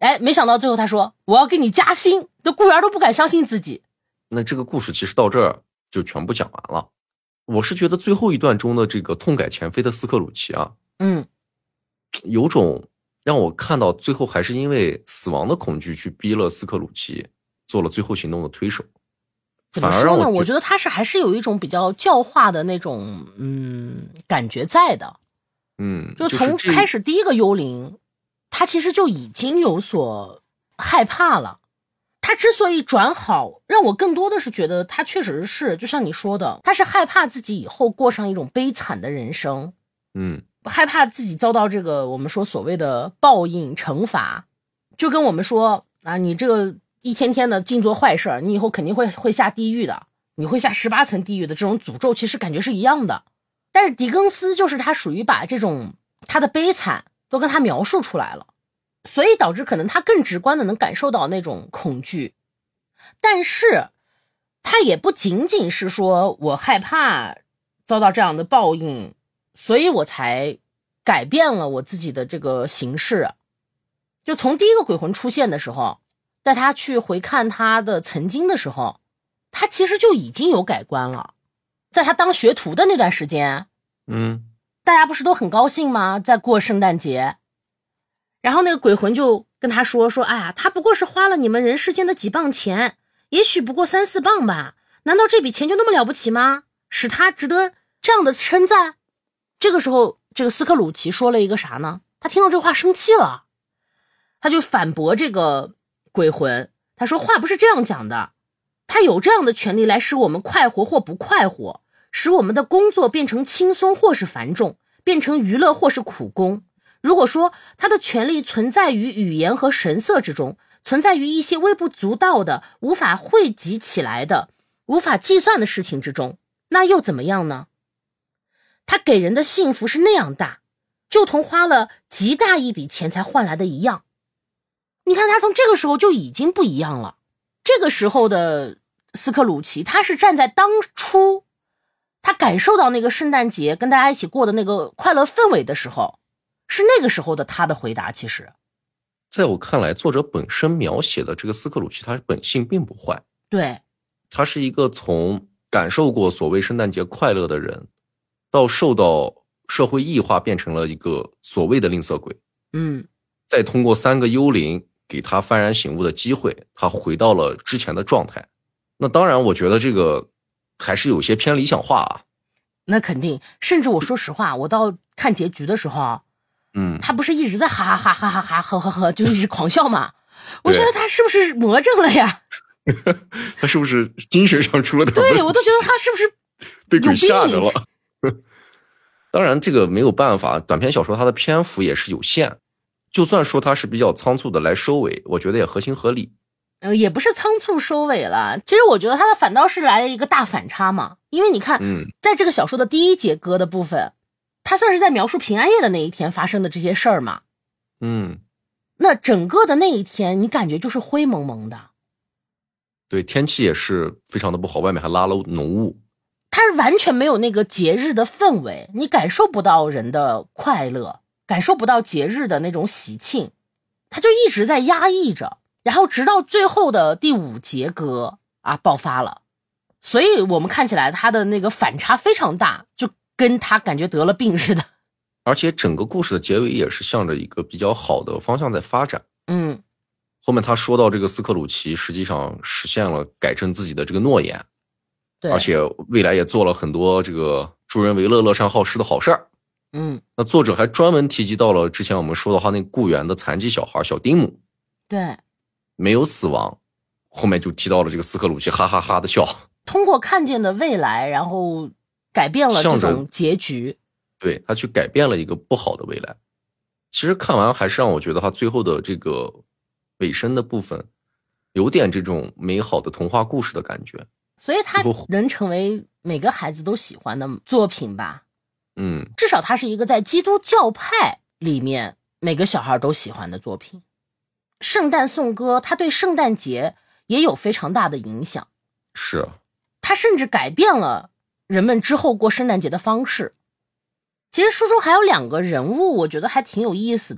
哎，没想到最后他说我要给你加薪，这雇员都不敢相信自己。 那这个故事其实到这儿就全部讲完了。我是觉得最后一段中的这个痛改前非的斯克鲁奇啊，有种让我看到最后还是因为死亡的恐惧去逼了斯克鲁奇做了最后行动的推手。 怎么说呢？我觉得他还是有一种比较教化的那种感觉在的。就从开始第一个幽灵，他其实就已经有所害怕了。他之所以转好，让我更多的是觉得他确实是就像你说的，他是害怕自己以后过上一种悲惨的人生，害怕自己遭到这个我们说所谓的报应惩罚。就跟我们说啊，你这个一天天的净做坏事，你以后肯定会下地狱的，你会下18层地狱的，这种诅咒其实感觉是一样的。但是狄更斯就是他属于把这种他的悲惨都跟他描述出来了，所以导致可能他更直观的能感受到那种恐惧。但是他也不仅仅是说我害怕遭到这样的报应，所以我才改变了我自己的这个形式。就从第一个鬼魂出现的时候，带他去回看他的曾经的时候，他其实就已经有改观了。在他当学徒的那段时间，大家不是都很高兴吗？在过圣诞节，然后那个鬼魂就跟他说哎呀，他不过是花了你们人世间的几磅钱，也许不过3、4磅吧，难道这笔钱就那么了不起吗？使他值得这样的称赞？这个时候这个斯克鲁奇说了一个啥呢？他听到这话生气了，他就反驳这个鬼魂，他说话不是这样讲的，他有这样的权利来使我们快活或不快活，使我们的工作变成轻松或是繁重，变成娱乐或是苦工。如果说他的权利存在于语言和神色之中，存在于一些微不足道的无法汇集起来的无法计算的事情之中，那又怎么样呢？他给人的幸福是那样大，就同花了极大一笔钱才换来的一样。你看他从这个时候就已经不一样了。这个时候的斯克鲁奇，他是站在当初他感受到那个圣诞节跟大家一起过的那个快乐氛围的时候，是那个时候的他的回答。其实在我看来，作者本身描写的这个斯克鲁奇，他本性并不坏。 对， 他是一个从感受过所谓圣诞节快乐的人，到受到社会异化变成了一个所谓的吝啬鬼。再通过3个幽灵给他幡然醒悟的机会，他回到了之前的状态。那当然我觉得这个还是有些偏理想化啊。 那肯定，甚至我说实话，我到看结局的时候他不是一直在哈哈哈哈哈哈呵呵呵就一直狂笑吗？我觉得他是不是魔怔了呀？ 他是不是精神上出了点问题？ 对，我都觉得他是不是被鬼吓着了？当然这个没有办法，短篇小说它的篇幅也是有限，就算说它是比较仓促的来收尾，我觉得也合情合理。 也不是仓促收尾了，其实我觉得它的反倒是来了一个大反差嘛。因为你看在这个小说的第1节歌的部分，它算是在描述平安夜的那一天发生的这些事儿嘛。那整个的那一天你感觉就是灰蒙蒙的。 对，天气也是非常的不好，外面还拉了浓雾， 它完全没有那个节日的氛围，你感受不到人的快乐，感受不到节日的那种喜庆，它就一直在压抑着，然后直到最后的第5节歌爆发了。所以我们看起来它的那个反差非常大，就跟他感觉得了病似的。 而且整个故事的结尾也是向着一个比较好的方向在发展。后面他说到这个斯克鲁奇实际上实现了改正自己的这个诺言， 对， 而且未来也做了很多这个助人为乐、乐善好施的好事儿。那作者还专门提及到了之前我们说到他那个雇员的残疾小孩小丁姆， 对， 没有死亡，后面就提到了这个斯克鲁奇哈哈哈的笑， 通过看见的未来，然后改变了这种结局。 对，他去改变了一个不好的未来。其实看完还是让我觉得他最后的这个尾声的部分有点这种美好的童话故事的感觉， 所以他能成为每个孩子都喜欢的作品吧。至少它是一个在基督教派里面每个小孩都喜欢的作品。圣诞颂歌它对圣诞节也有非常大的影响， 是它甚至改变了人们之后过圣诞节的方式。其实书中还有2个人物我觉得还挺有意思的，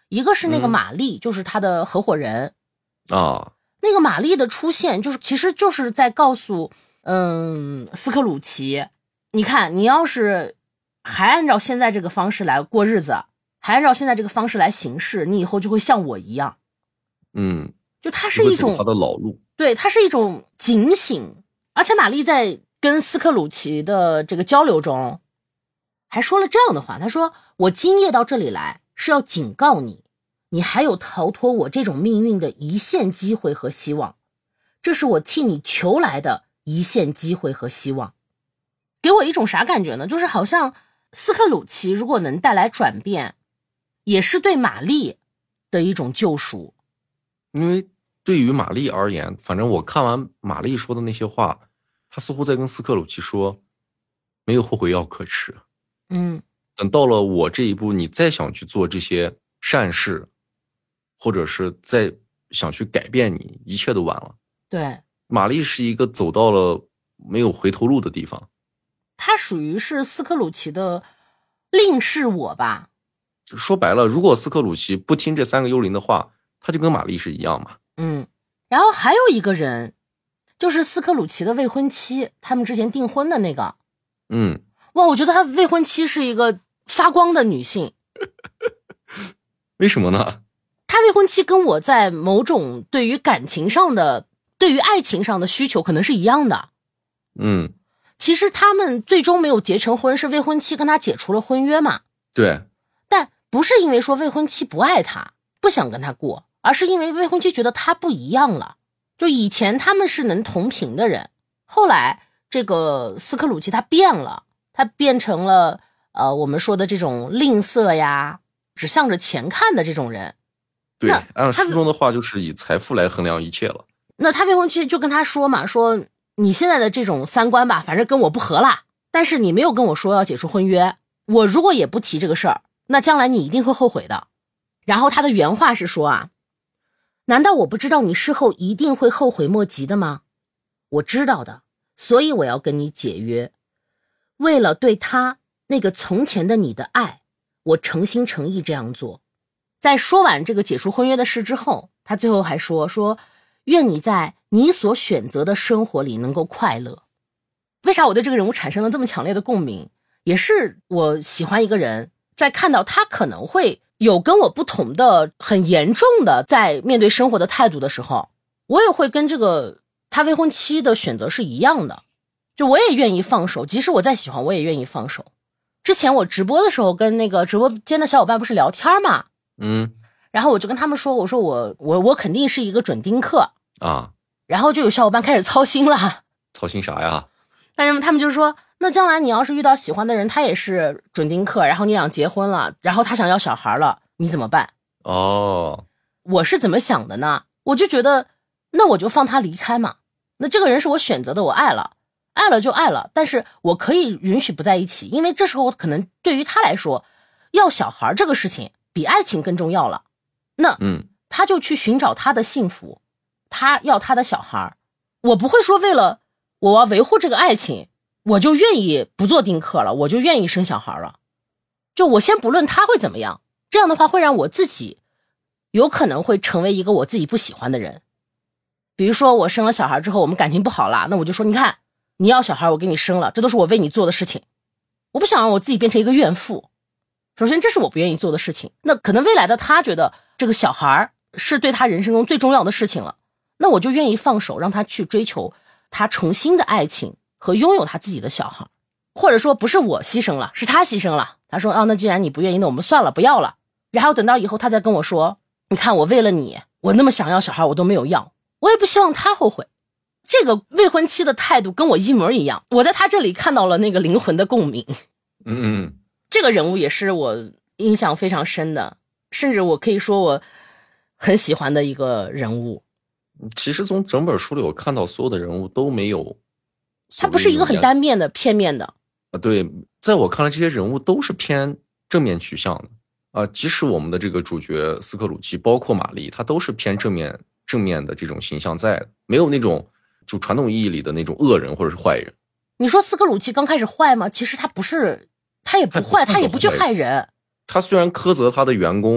一个是那个玛丽，就是他的合伙人啊。 那个玛丽的出现，其实就是在告诉斯克鲁奇，你看，你要是还按照现在这个方式来过日子，还按照现在这个方式来行事，你以后就会像我一样。就它是一种他的老路， 对，它是一种警醒。而且玛丽在跟斯克鲁奇的这个交流中还说了这样的话，他说，我今夜到这里来是要警告你，你还有逃脱我这种命运的一线机会和希望，这是我替你求来的一线机会和希望。给我一种啥感觉呢？就是好像斯克鲁奇如果能带来转变，也是对玛丽的一种救赎。 因为对于玛丽而言，反正我看完玛丽说的那些话，她似乎在跟斯克鲁奇说，没有后悔药可吃。等到了我这一步，你再想去做这些善事，或者是再想去改变你，一切都晚了。 对， 玛丽是一个走到了没有回头路的地方。 他属于是斯克鲁奇的另是我吧。 就说白了，如果斯克鲁奇不听这3个幽灵的话，他就跟玛丽是一样嘛。 然后还有一个人，就是斯克鲁奇的未婚妻，他们之前订婚的那个。哇，我觉得他未婚妻是一个发光的女性。 为什么呢？ 他未婚妻跟我在某种对于感情上的、对于爱情上的需求可能是一样的。其实他们最终没有结成婚，是未婚妻跟他解除了婚约嘛。 对。 但不是因为说未婚妻不爱他，不想跟他过，而是因为未婚妻觉得他不一样了。就以前他们是能同频的人，后来这个斯克鲁奇他变了，他变成了我们说的这种吝啬呀，只向着钱看的这种人。 对，按书中的话就是以财富来衡量一切了。 那他未婚妻就跟他说嘛，说你现在的这种三观吧，反正跟我不合啦，但是你没有跟我说要解除婚约，我如果也不提这个事儿，那将来你一定会后悔的。然后他的原话是说啊，难道我不知道你事后一定会后悔莫及的吗？我知道的，所以我要跟你解约。为了对他那个从前的你的爱，我诚心诚意这样做。在说完这个解除婚约的事之后，他最后还说愿你在你所选择的生活里能够快乐。为啥我对这个人物产生了这么强烈的共鸣？也是我喜欢一个人，在看到他可能会有跟我不同的很严重的在面对生活的态度的时候，我也会跟这个他未婚妻的选择是一样的，就我也愿意放手，即使我再喜欢我也愿意放手。之前我直播的时候跟那个直播间的小伙伴不是聊天嘛，然后我就跟他们说，我说我肯定是一个准丁克啊， 然后就有小伙伴开始操心了。 操心啥呀？ 他们就说，那将来你要是遇到喜欢的人，他也是准丁克，然后你俩结婚了，然后他想要小孩了，你怎么办？我是怎么想的呢？我就觉得，那我就放他离开嘛。那这个人是我选择的，我爱了就爱了，但是我可以允许不在一起，因为这时候可能对于他来说，要小孩这个事情比爱情更重要了。那他就去寻找他的幸福，他要他的小孩。我不会说为了我要维护这个爱情，我就愿意不做丁克了，我就愿意生小孩了。就我先不论他会怎么样，这样的话会让我自己有可能会成为一个我自己不喜欢的人。比如说我生了小孩之后，我们感情不好了，那我就说，你看你要小孩我给你生了，这都是我为你做的事情，我不想让我自己变成一个怨妇。首先这是我不愿意做的事情，那可能未来的他觉得这个小孩是对他人生中最重要的事情了，那我就愿意放手，让他去追求他重新的爱情和拥有他自己的小孩。或者说不是我牺牲了，是他牺牲了，他说那既然你不愿意，那我们算了，不要了。然后等到以后他再跟我说，你看我为了你，我那么想要小孩我都没有要，我也不希望他后悔。这个未婚妻的态度跟我一模一样，我在他这里看到了那个灵魂的共鸣。这个人物也是我印象非常深的，甚至我可以说我很喜欢的一个人物。 其实从整本书里我看到所有的人物都没有， 他不是一个很单面的片面的。 对，在我看来这些人物都是偏正面取向的即使我们的这个主角斯克鲁奇包括玛丽，他都是偏正面的这种形象在的，没有那种就传统意义里的那种恶人或者是坏人。 你说斯克鲁奇刚开始坏吗？其实他不是，他也不坏，他也不去害人。 他虽然苛责他的员工，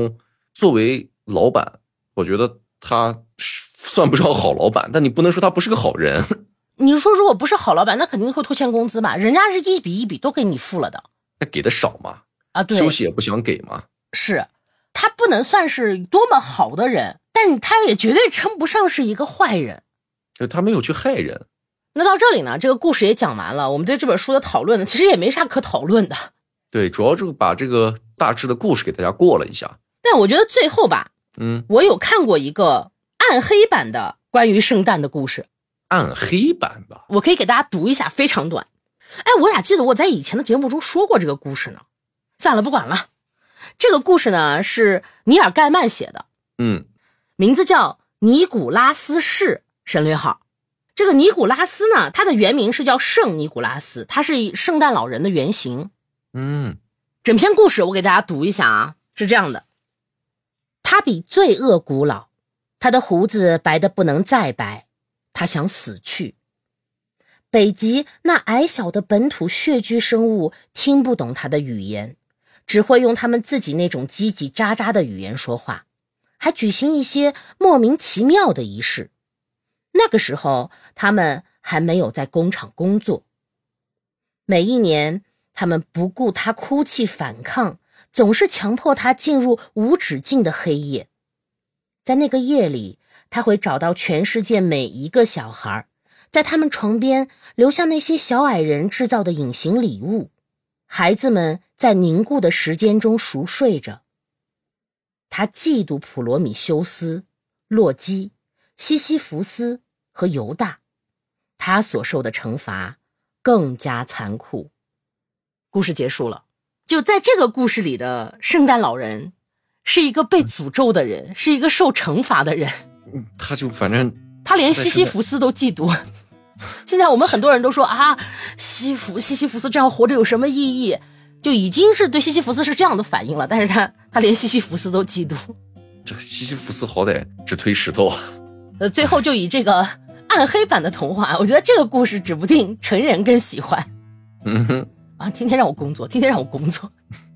作为老板，我觉得他算不上好老板，但你不能说他不是个好人。 你说如果不是好老板，那肯定会拖欠工资吧？人家是一笔一笔都给你付了的。 那给的少嘛？ 啊，对， 休息也不想给嘛。 是，他不能算是多么好的人，但他也绝对称不上是一个坏人。 他没有去害人。 那到这里呢，这个故事也讲完了。我们对这本书的讨论呢，其实也没啥可讨论的。 对，主要就把这个大致的故事给大家过了一下。 但我觉得最后吧，我有看过一个暗黑版的关于圣诞的故事。 暗黑版的， 我可以给大家读一下，非常短。哎，我咋记得我在以前的节目中说过这个故事呢？算了，不管了。这个故事呢是尼尔盖曼写的，名字叫尼古拉斯氏省略号。这个尼古拉斯呢，他的原名是叫圣尼古拉斯，他是圣诞老人的原型。整篇故事我给大家读一下啊，是这样的。他比罪恶古老，他的胡子白得不能再白，他想死去。北极那矮小的本土穴居生物听不懂他的语言，只会用他们自己那种叽叽喳喳的语言说话，还举行一些莫名其妙的仪式。那个时候他们还没有在工厂工作。每一年他们不顾他哭泣反抗，总是强迫他进入无止境的黑夜。在那个夜里，他会找到全世界每一个小孩，在他们床边留下那些小矮人制造的隐形礼物。孩子们在凝固的时间中熟睡着。他嫉妒普罗米修斯、洛基、西西弗斯和犹大，他所受的惩罚更加残酷。故事结束了。就在这个故事里的圣诞老人是一个被诅咒的人，是一个受惩罚的人。 他就反正他连西西弗斯都嫉妒。现在我们很多人都说啊，西西弗斯这样活着有什么意义，就已经是对西西弗斯是这样的反应了，但是他连西西弗斯都嫉妒。 这西西弗斯好歹只推石头。 最后就以这个暗黑版的童话，我觉得这个故事指不定成人更喜欢。天天让我工作，天天让我工作。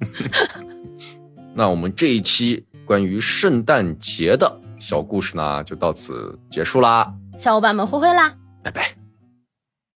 那我们这一期关于圣诞节的小故事呢，就到此结束啦。 小伙伴们，挥挥啦， 拜拜。